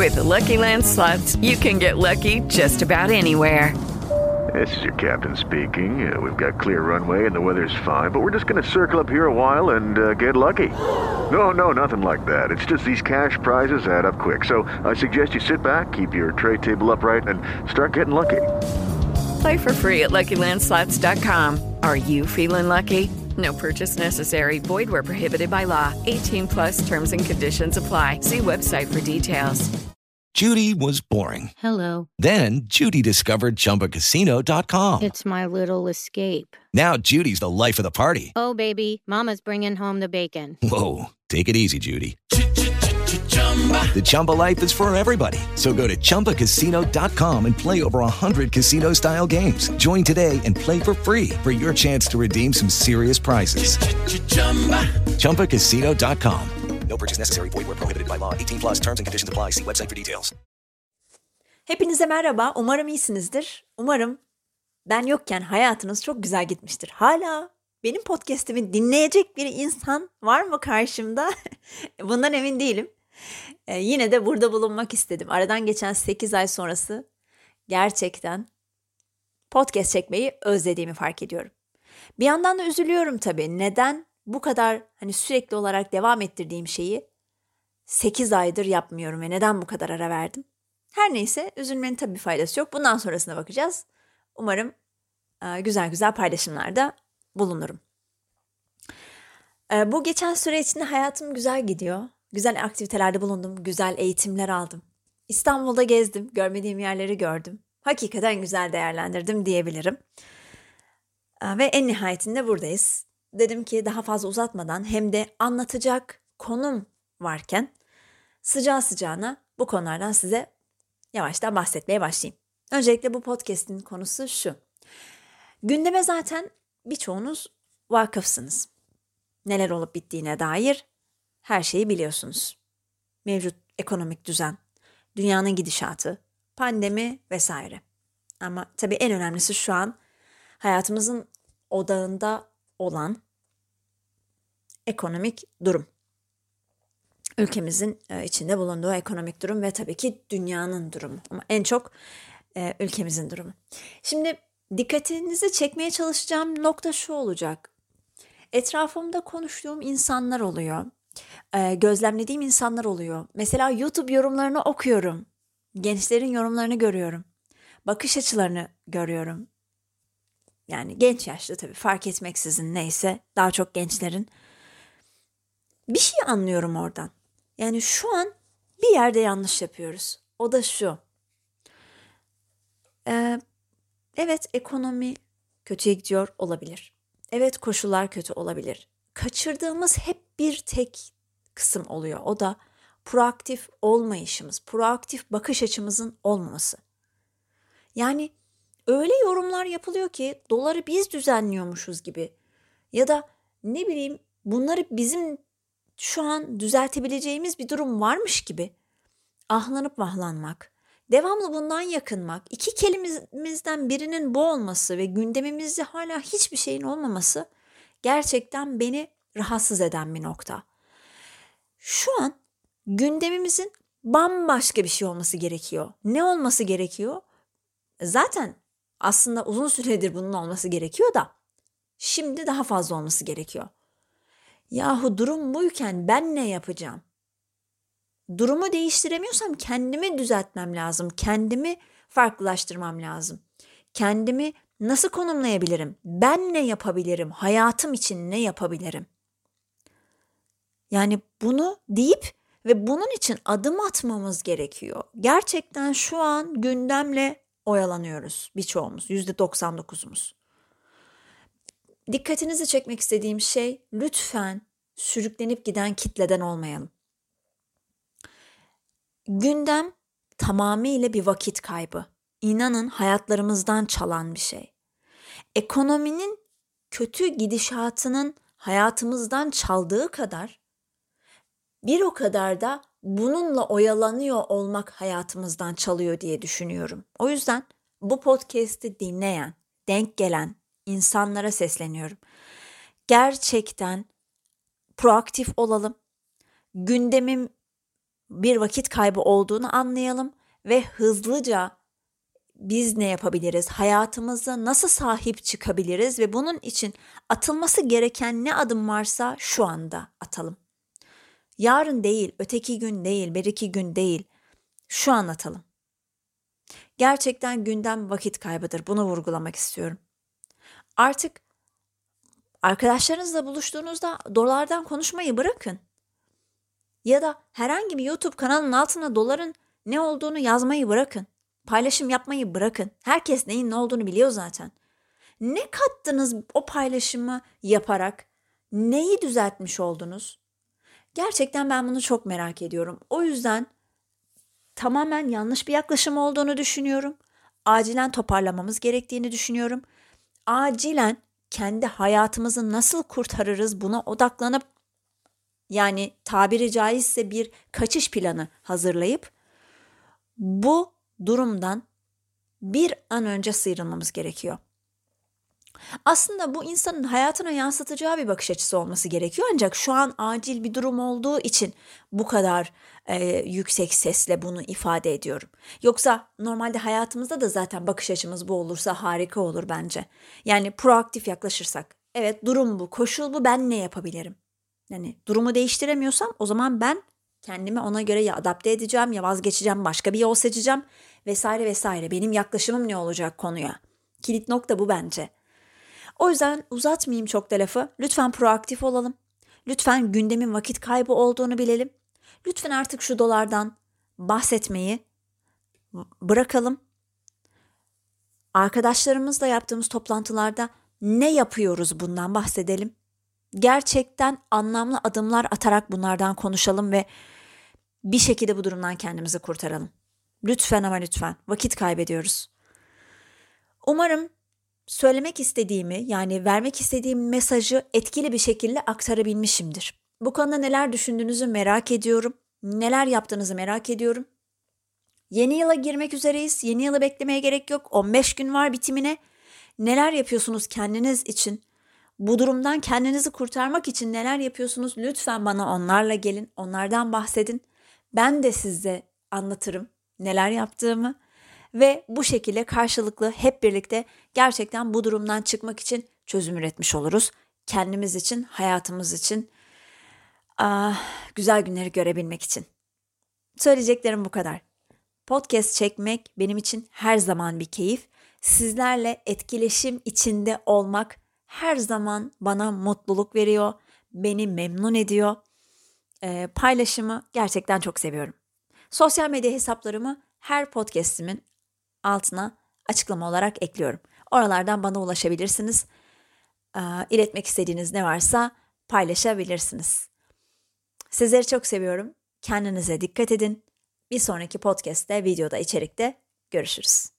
With the Lucky Land Slots, you can get lucky just about anywhere. This is your captain speaking. We've got clear runway and the weather's fine, but we're just going to circle up here a while and get lucky. No, nothing like that. It's just these cash prizes add up quick. So I suggest you sit back, keep your tray table upright, and start getting lucky. Play for free at LuckyLandSlots.com. Are you feeling lucky? No purchase necessary. Void where prohibited by law. 18 plus terms and conditions apply. See website for details. Judy was boring. Hello. Then Judy discovered ChumbaCasino.com. It's my little escape. Now Judy's the life of the party. Oh, baby, mama's bringing home the bacon. Whoa, take it easy, Judy. The Chumba life is for everybody. So go to ChumbaCasino.com and play over 100 casino-style games. Join today and play for free for your chance to redeem some serious prizes. ChumbaCasino.com. No purchase necessary. Void where prohibited by law. 18 plus terms and conditions apply. See website for details. Hepinize merhaba. Umarım iyisinizdir. Umarım ben yokken hayatınız çok güzel gitmiştir. Hala benim podcast'imi dinleyecek bir insan var mı karşımda? Bundan emin değilim. Yine de burada bulunmak istedim. Aradan geçen 8 ay sonrası gerçekten podcast çekmeyi özlediğimi fark ediyorum. Bir yandan da üzülüyorum tabii. Neden bu kadar sürekli olarak devam ettirdiğim şeyi 8 aydır yapmıyorum ve neden bu kadar ara verdim? Her neyse, üzülmenin tabii faydası yok. Bundan sonrasına bakacağız. Umarım güzel güzel paylaşımlarda bulunurum. Bu geçen süre içinde hayatım güzel gidiyor. Güzel aktivitelerde bulundum, güzel eğitimler aldım. İstanbul'da gezdim, görmediğim yerleri gördüm. Hakikaten güzel değerlendirdim diyebilirim. Ve en nihayetinde buradayız. Dedim ki daha fazla uzatmadan hem de anlatacak konum varken sıcağı sıcağına bu konulardan size yavaştan bahsetmeye başlayayım. Öncelikle bu podcast'in konusu şu. Gündeme zaten birçoğunuz vakıfsınız. Neler olup bittiğine dair her şeyi biliyorsunuz. Mevcut ekonomik düzen, dünyanın gidişatı, pandemi vesaire. Ama tabii en önemlisi şu an hayatımızın odağında olan ekonomik durum. Ülkemizin içinde bulunduğu ekonomik durum ve tabii ki dünyanın durumu. Ama en çok ülkemizin durumu. Şimdi dikkatinizi çekmeye çalışacağım nokta şu olacak. Etrafımda konuştuğum insanlar oluyor. Gözlemlediğim insanlar oluyor. Mesela YouTube yorumlarını okuyorum. Gençlerin yorumlarını görüyorum. Bakış açılarını görüyorum. Yani genç yaşlı tabii fark etmeksizin neyse, daha çok gençlerin. Bir şey anlıyorum oradan. Yani şu an bir yerde yanlış yapıyoruz. O da şu. Evet, ekonomi kötüye gidiyor olabilir. Evet, koşullar kötü olabilir. Kaçırdığımız hep bir tek kısım oluyor. O da proaktif olmayışımız, proaktif bakış açımızın olmaması. Yani öyle yorumlar yapılıyor ki doları biz düzenliyormuşuz gibi ya da ne bileyim bunları bizim şu an düzeltebileceğimiz bir durum varmış gibi ahlanıp vahlanmak, devamlı bundan yakınmak, iki kelimemizden birinin bu olması ve gündemimizde hala hiçbir şeyin olmaması gerçekten beni rahatsız eden bir nokta. Şu an gündemimizin bambaşka bir şey olması gerekiyor. Ne olması gerekiyor? Zaten aslında uzun süredir bunun olması gerekiyor da şimdi daha fazla olması gerekiyor. Yahu durum buyken ben ne yapacağım? Durumu değiştiremiyorsam kendimi düzeltmem lazım. Kendimi farklılaştırmam lazım. Kendimi nasıl konumlayabilirim? Ben ne yapabilirim? Hayatım için ne yapabilirim? Yani bunu deyip ve bunun için adım atmamız gerekiyor. Gerçekten şu an gündemle oyalanıyoruz birçoğumuz, %99'umuz. Dikkatinizi çekmek istediğim şey, lütfen sürüklenip giden kitleden olmayalım. Gündem tamamıyla bir vakit kaybı. İnanın hayatlarımızdan çalan bir şey. Ekonominin kötü gidişatının hayatımızdan çaldığı kadar bir o kadar da bununla oyalanıyor olmak hayatımızdan çalıyor diye düşünüyorum. O yüzden bu podcast'i dinleyen, denk gelen insanlara sesleniyorum. Gerçekten proaktif olalım. Gündemim bir vakit kaybı olduğunu anlayalım ve hızlıca biz ne yapabiliriz? Hayatımıza nasıl sahip çıkabiliriz ve bunun için atılması gereken ne adım varsa şu anda atalım. Yarın değil, öteki gün değil, beriki gün değil. Şu an atalım. Gerçekten gündem vakit kaybıdır. Bunu vurgulamak istiyorum. Artık arkadaşlarınızla buluştuğunuzda dolardan konuşmayı bırakın. Ya da herhangi bir YouTube kanalının altına doların ne olduğunu yazmayı bırakın. Paylaşım yapmayı bırakın. Herkes neyin ne olduğunu biliyor zaten. Ne kattınız o paylaşımı yaparak? Neyi düzeltmiş oldunuz? Gerçekten ben bunu çok merak ediyorum. O yüzden tamamen yanlış bir yaklaşım olduğunu düşünüyorum. Acilen toparlamamız gerektiğini düşünüyorum. Acilen kendi hayatımızı nasıl kurtarırız buna odaklanıp yani tabiri caizse bir kaçış planı hazırlayıp bu durumdan bir an önce sıyrılmamız gerekiyor. Aslında bu insanın hayatına yansıtacağı bir bakış açısı olması gerekiyor. Ancak şu an acil bir durum olduğu için bu kadar yüksek sesle bunu ifade ediyorum. Yoksa normalde hayatımızda da zaten bakış açımız bu olursa harika olur bence. Yani proaktif yaklaşırsak. Evet, durum bu, koşul bu, ben ne yapabilirim? Yani durumu değiştiremiyorsam o zaman ben kendimi ona göre ya adapte edeceğim ya vazgeçeceğim, başka bir yol seçeceğim vesaire vesaire. Benim yaklaşımım ne olacak konuya? Kilit nokta bu bence. O yüzden uzatmayayım çok da lafı. Lütfen proaktif olalım. Lütfen gündemin vakit kaybı olduğunu bilelim. Lütfen artık şu dolardan bahsetmeyi bırakalım. Arkadaşlarımızla yaptığımız toplantılarda ne yapıyoruz bundan bahsedelim. Gerçekten anlamlı adımlar atarak bunlardan konuşalım ve bir şekilde bu durumdan kendimizi kurtaralım. Lütfen ama lütfen, vakit kaybediyoruz. Umarım söylemek istediğimi, yani vermek istediğim mesajı etkili bir şekilde aktarabilmişimdir. Bu konuda neler düşündüğünüzü merak ediyorum. Neler yaptığınızı merak ediyorum. Yeni yıla girmek üzereyiz. Yeni yılı beklemeye gerek yok. 15 gün var bitimine. Neler yapıyorsunuz kendiniz için? Bu durumdan kendinizi kurtarmak için neler yapıyorsunuz? Lütfen bana onlarla gelin. Onlardan bahsedin. Ben de size anlatırım neler yaptığımı. Ve bu şekilde karşılıklı hep birlikte gerçekten bu durumdan çıkmak için çözüm üretmiş oluruz. Kendimiz için, hayatımız için, güzel günleri görebilmek için. Söyleyeceklerim bu kadar. Podcast çekmek benim için her zaman bir keyif. Sizlerle etkileşim içinde olmak her zaman bana mutluluk veriyor, beni memnun ediyor. Paylaşımı gerçekten çok seviyorum. Sosyal medya hesaplarımı her podcastimin altına açıklama olarak ekliyorum. Oralardan bana ulaşabilirsiniz. İletmek istediğiniz ne varsa paylaşabilirsiniz. Sizleri çok seviyorum. Kendinize dikkat edin. Bir sonraki podcast'te, videoda, içerikte görüşürüz.